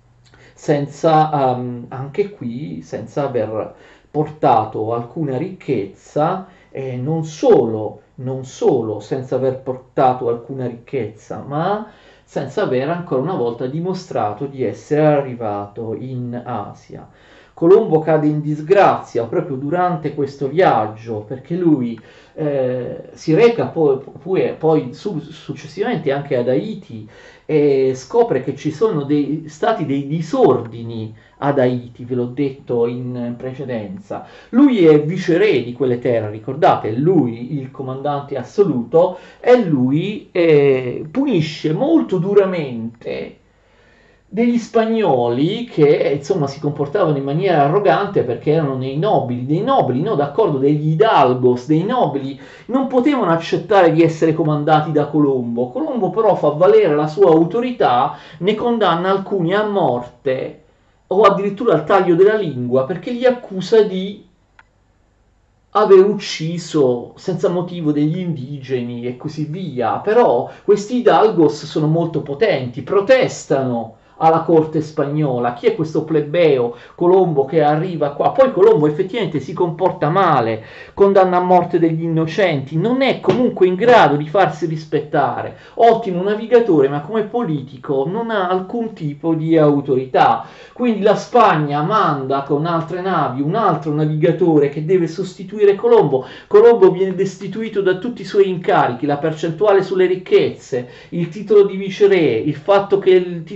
anche qui senza aver portato alcuna ricchezza, e non solo senza aver portato alcuna ricchezza, ma senza aver ancora una volta dimostrato di essere arrivato in Asia. Colombo cade in disgrazia proprio durante questo viaggio, perché lui si reca poi successivamente anche ad Haiti e scopre che ci sono stati dei disordini ad Haiti, ve l'ho detto in precedenza. Lui è viceré di quelle terre, ricordate, è lui il comandante assoluto, e lui punisce molto duramente degli spagnoli che insomma si comportavano in maniera arrogante, perché erano dei nobili, no, d'accordo, degli hidalgos, dei nobili, non potevano accettare di essere comandati da Colombo. Colombo però fa valere la sua autorità, ne condanna alcuni a morte o addirittura al taglio della lingua, perché li accusa di aver ucciso senza motivo degli indigeni e così via. Però questi hidalgos sono molto potenti, protestano alla corte spagnola. Chi è questo plebeo Colombo che arriva qua? Poi Colombo effettivamente si comporta male, condanna a morte degli innocenti, non è comunque in grado di farsi rispettare. Ottimo navigatore, ma come politico non ha alcun tipo di autorità. Quindi la Spagna manda con altre navi un altro navigatore che deve sostituire Colombo. Colombo viene destituito da tutti i suoi incarichi, la percentuale sulle ricchezze, il titolo di viceré, il fatto che il titolo di viceré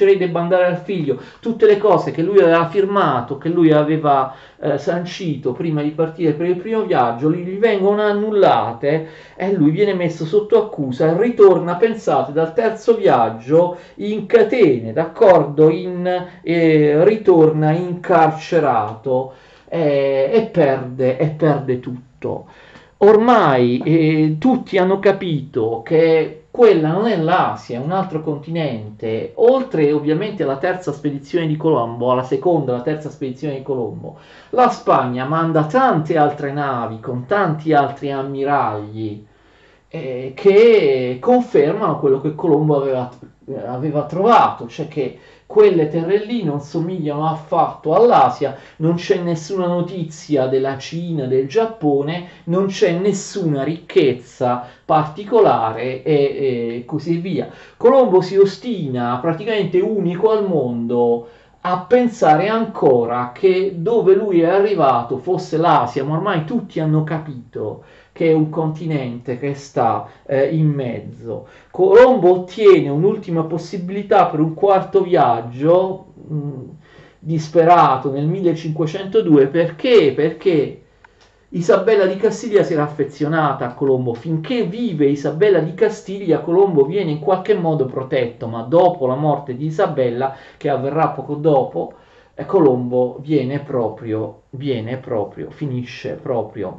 comincerei a bandare al figlio, tutte le cose che lui aveva firmato, che lui aveva sancito prima di partire per il primo viaggio, gli vengono annullate e lui viene messo sotto accusa e ritorna, pensate, dal terzo viaggio in catene, d'accordo? Ritorna incarcerato e perde tutto. Ormai tutti hanno capito che quella non è l'Asia, è un altro continente. Oltre ovviamente alla terza spedizione di Colombo, alla seconda, alla terza spedizione di Colombo, la Spagna manda tante altre navi con tanti altri ammiragli che confermano quello che Colombo aveva trovato, cioè che quelle terre lì non somigliano affatto all'Asia, non c'è nessuna notizia della Cina, del Giappone, non c'è nessuna ricchezza particolare e così via. Colombo si ostina, praticamente unico al mondo, a pensare ancora che dove lui è arrivato fosse l'Asia, ma ormai tutti hanno capito che è un continente che sta in mezzo. Colombo ottiene un'ultima possibilità per un quarto viaggio disperato nel 1502 perché Isabella di Castiglia si era affezionata a Colombo. Finché vive Isabella di Castiglia, Colombo viene in qualche modo protetto, ma dopo la morte di Isabella, che avverrà poco dopo, Colombo finisce proprio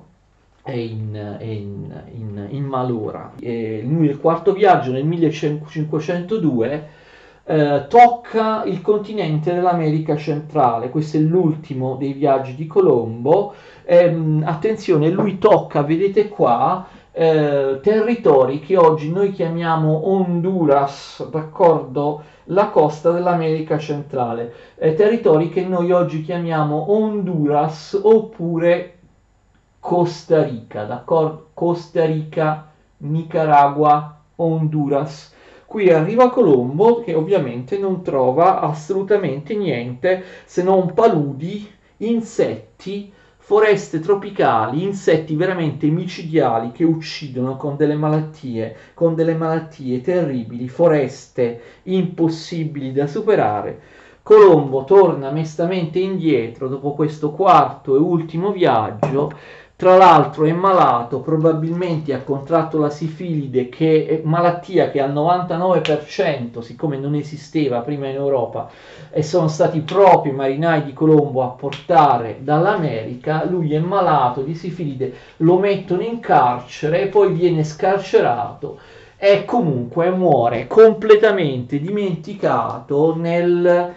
in malora. Lui nel quarto viaggio nel 1502 tocca il continente dell'America centrale. Questo è l'ultimo dei viaggi di Colombo. Attenzione, lui tocca, vedete qua, territori che oggi noi chiamiamo Honduras, d'accordo? La costa dell'America centrale, territori che noi oggi chiamiamo Honduras oppure Costa Rica, d'accordo? Costa Rica, Nicaragua, Honduras. Qui arriva Colombo che ovviamente non trova assolutamente niente se non paludi, insetti, foreste tropicali, insetti veramente micidiali che uccidono con delle malattie terribili, foreste impossibili da superare. Colombo torna mestamente indietro dopo questo quarto e ultimo viaggio. Tra l'altro è malato, probabilmente ha contratto la sifilide, che è malattia che al 99%, siccome non esisteva prima in Europa, e sono stati proprio i marinai di Colombo a portare dall'America. Lui è malato di sifilide, lo mettono in carcere e poi viene scarcerato e comunque muore completamente dimenticato nel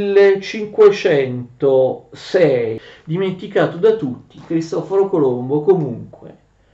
1506, dimenticato da tutti. Cristoforo Colombo comunque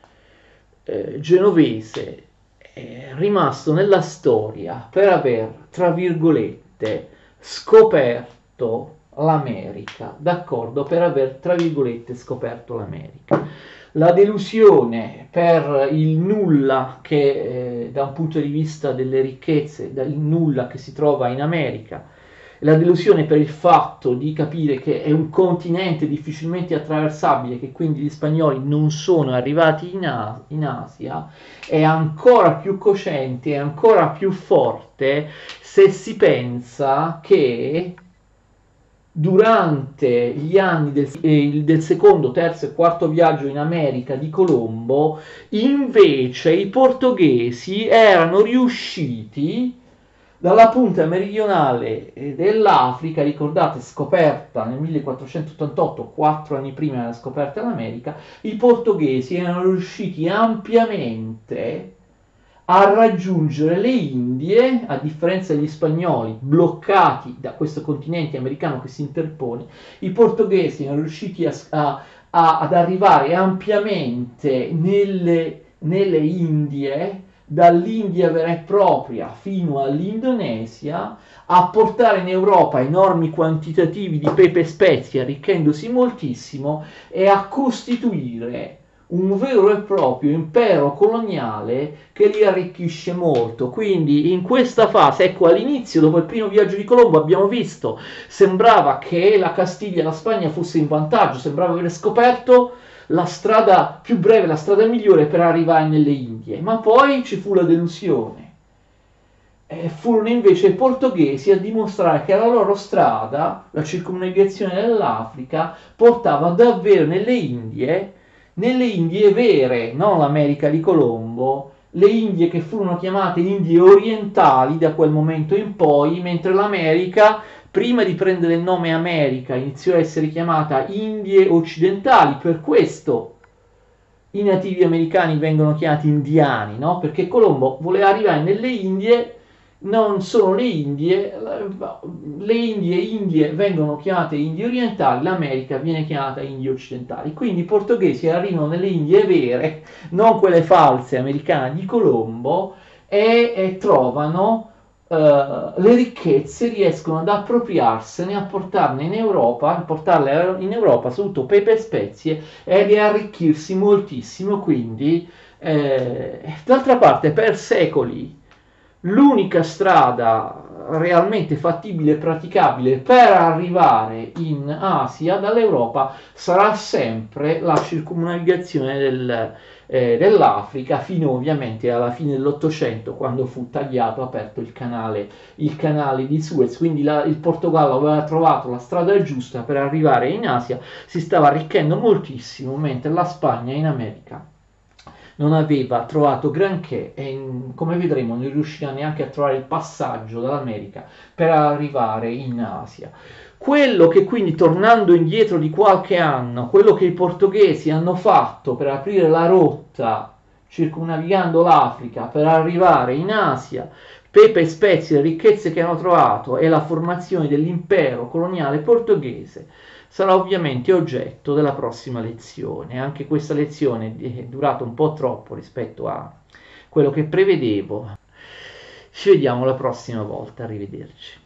genovese, è rimasto nella storia per aver, tra virgolette, scoperto l'America, d'accordo? Per aver, tra virgolette, scoperto l'America. La delusione per il nulla che da un punto di vista delle ricchezze, dal nulla che si trova in America, la delusione per il fatto di capire che è un continente difficilmente attraversabile, che quindi gli spagnoli non sono arrivati in Asia, è ancora più cocente, è ancora più forte se si pensa che durante gli anni del secondo, terzo e quarto viaggio in America di Colombo, invece i portoghesi erano riusciti dalla punta meridionale dell'Africa, ricordate, scoperta nel 1488, 4 anni prima della scoperta dell'America, i portoghesi erano riusciti ampiamente a raggiungere le Indie, a differenza degli spagnoli bloccati da questo continente americano che si interpone. I portoghesi erano riusciti ad arrivare ampiamente nelle Indie, dall'India vera e propria fino all'Indonesia, a portare in Europa enormi quantitativi di pepe e spezie, arricchendosi moltissimo, e a costituire un vero e proprio impero coloniale che li arricchisce molto. Quindi in questa fase, ecco, all'inizio, dopo il primo viaggio di Colombo, abbiamo visto, sembrava che la Castiglia e la Spagna fosse in vantaggio, sembrava aver scoperto la strada più breve, la strada migliore per arrivare nelle Indie, ma poi ci fu la delusione. furono invece i portoghesi a dimostrare che la loro strada, la circumnavigazione dell'Africa, portava davvero nelle Indie vere, non l'America di Colombo, le Indie che furono chiamate Indie orientali da quel momento in poi, mentre l'America, prima di prendere il nome America, iniziò a essere chiamata Indie occidentali. Per questo i nativi americani vengono chiamati indiani, no? Perché Colombo voleva arrivare nelle Indie, non sono le Indie vengono chiamate Indie orientali, l'America viene chiamata Indie occidentali. Quindi i portoghesi arrivano nelle Indie vere, non quelle false americane di Colombo, e trovano le ricchezze, riescono ad appropriarsene, a portarne in Europa, a portarle in Europa, soprattutto pepe e spezie, e di arricchirsi moltissimo. Quindi, d'altra parte, per secoli l'unica strada realmente fattibile e praticabile per arrivare in Asia dall'Europa sarà sempre la circumnavigazione dell'Africa, fino ovviamente alla fine dell'Ottocento, quando fu tagliato, aperto il canale di Suez. Quindi il Portogallo aveva trovato la strada giusta per arrivare in Asia, si stava arricchendo moltissimo, mentre la Spagna in America non aveva trovato granché, e come vedremo non riuscirà neanche a trovare il passaggio dall'America per arrivare in Asia. Quello che quindi, tornando indietro di qualche anno, quello che i portoghesi hanno fatto per aprire la rotta circumnavigando l'Africa per arrivare in Asia, pepe e spezie, le ricchezze che hanno trovato e la formazione dell'impero coloniale portoghese, sarà ovviamente oggetto della prossima lezione. Anche questa lezione è durata un po' troppo rispetto a quello che prevedevo. Ci vediamo la prossima volta, arrivederci.